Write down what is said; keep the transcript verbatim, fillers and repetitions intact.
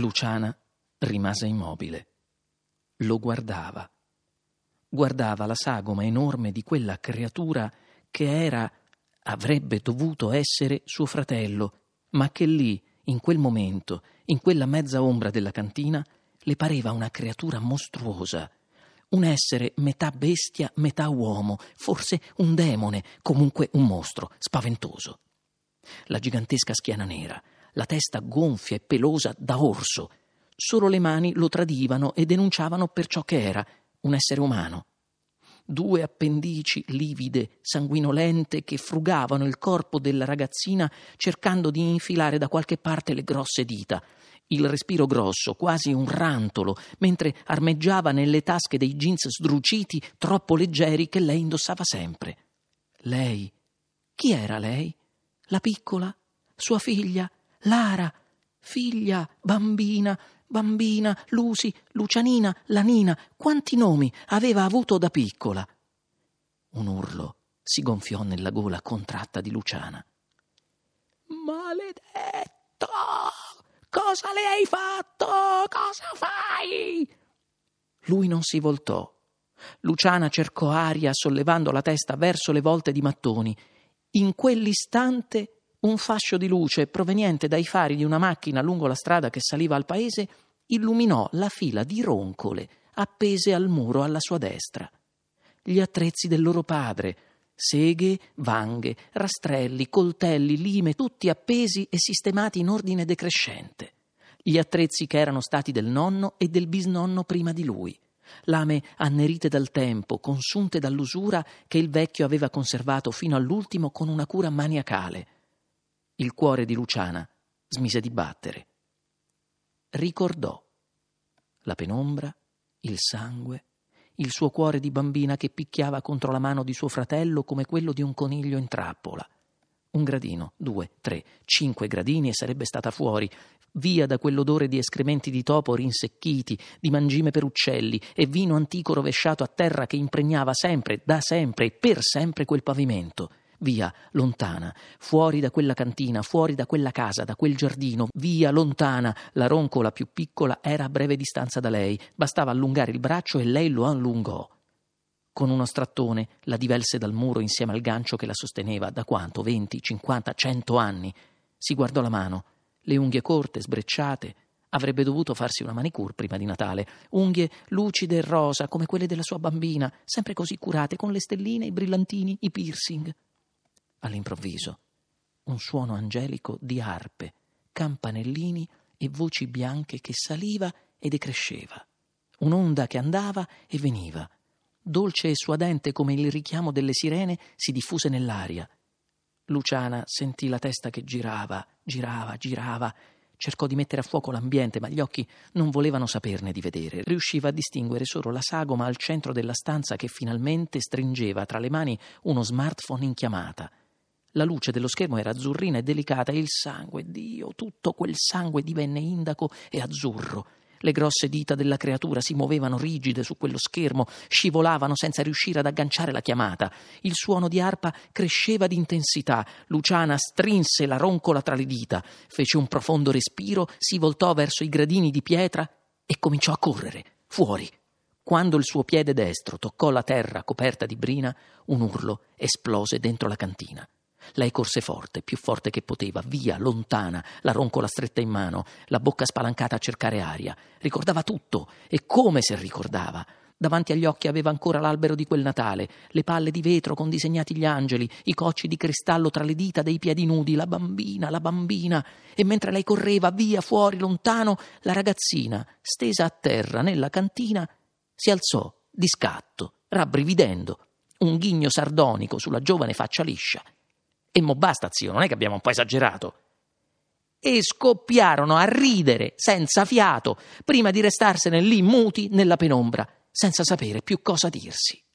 Luciana rimase immobile. Lo guardava. Guardava la sagoma enorme di quella creatura che era, avrebbe dovuto essere suo fratello, ma che lì, in quel momento, in quella mezza ombra della cantina, le pareva una creatura mostruosa, un essere metà bestia, metà uomo, forse un demone, comunque un mostro, spaventoso. La gigantesca schiena nera, la testa gonfia e pelosa da orso, solo le mani lo tradivano e denunciavano per ciò che era, un essere umano. Due appendici livide, sanguinolente, che frugavano il corpo della ragazzina cercando di infilare da qualche parte le grosse dita. Il respiro grosso, quasi un rantolo, mentre armeggiava nelle tasche dei jeans sdruciti troppo leggeri che lei indossava sempre. Lei? Chi era lei? La piccola? Sua figlia? Lara? Figlia? Bambina? Bambina, Lucy, Lucianina, Lanina, quanti nomi aveva avuto da piccola? Un urlo si gonfiò nella gola contratta di Luciana. Maledetto! Cosa le hai fatto? Cosa fai? Lui non si voltò. Luciana cercò aria sollevando la testa verso le volte di mattoni. In quell'istante un fascio di luce proveniente dai fari di una macchina lungo la strada che saliva al paese illuminò la fila di roncole appese al muro alla sua destra. Gli attrezzi del loro padre, seghe, vanghe, rastrelli, coltelli, lime, tutti appesi e sistemati in ordine decrescente. Gli attrezzi che erano stati del nonno e del bisnonno prima di lui. Lame annerite dal tempo, consunte dall'usura che il vecchio aveva conservato fino all'ultimo con una cura maniacale. Il cuore di Luciana smise di battere. Ricordò la penombra, il sangue, il suo cuore di bambina che picchiava contro la mano di suo fratello come quello di un coniglio in trappola. Un gradino, due, tre, cinque gradini e sarebbe stata fuori, via da quell'odore di escrementi di topo rinsecchiti, di mangime per uccelli e vino antico rovesciato a terra che impregnava sempre, da sempre e per sempre quel pavimento. Via, lontana, fuori da quella cantina, fuori da quella casa, da quel giardino, via, lontana. La roncola più piccola era a breve distanza da lei, bastava allungare il braccio e lei lo allungò. Con uno strattone la divelse dal muro insieme al gancio che la sosteneva da quanto, venti, cinquanta, cento anni. Si guardò la mano, le unghie corte, sbrecciate. Avrebbe dovuto farsi una manicure prima di Natale, unghie lucide e rosa come quelle della sua bambina, sempre così curate, con le stelline, i brillantini, i piercing. All'improvviso, un suono angelico di arpe, campanellini e voci bianche che saliva e decresceva. Un'onda che andava e veniva, dolce e suadente come il richiamo delle sirene, si diffuse nell'aria. Luciana sentì la testa che girava, girava, girava. Cercò di mettere a fuoco l'ambiente, ma gli occhi non volevano saperne di vedere. Riusciva a distinguere solo la sagoma al centro della stanza che finalmente stringeva tra le mani uno smartphone in chiamata. La luce dello schermo era azzurrina e delicata e il sangue, Dio, tutto quel sangue divenne indaco e azzurro. Le grosse dita della creatura si muovevano rigide su quello schermo, scivolavano senza riuscire ad agganciare la chiamata. Il suono di arpa cresceva di intensità. Luciana strinse la roncola tra le dita, fece un profondo respiro, si voltò verso i gradini di pietra e cominciò a correre, fuori. Quando il suo piede destro toccò la terra coperta di brina, un urlo esplose dentro la cantina. Lei corse forte, più forte che poteva, via, lontana, la roncola stretta in mano, la bocca spalancata a cercare aria. Ricordava tutto, e come se ricordava. Davanti agli occhi aveva ancora l'albero di quel Natale, le palle di vetro con disegnati gli angeli, i cocci di cristallo tra le dita dei piedi nudi, la bambina, la bambina. E mentre lei correva, via, fuori, lontano, la ragazzina, stesa a terra nella cantina, si alzò di scatto, rabbrividendo, un ghigno sardonico sulla giovane faccia liscia. E mo basta, zio, non è che abbiamo un po' esagerato. E scoppiarono a ridere senza fiato, prima di restarsene lì muti nella penombra, senza sapere più cosa dirsi.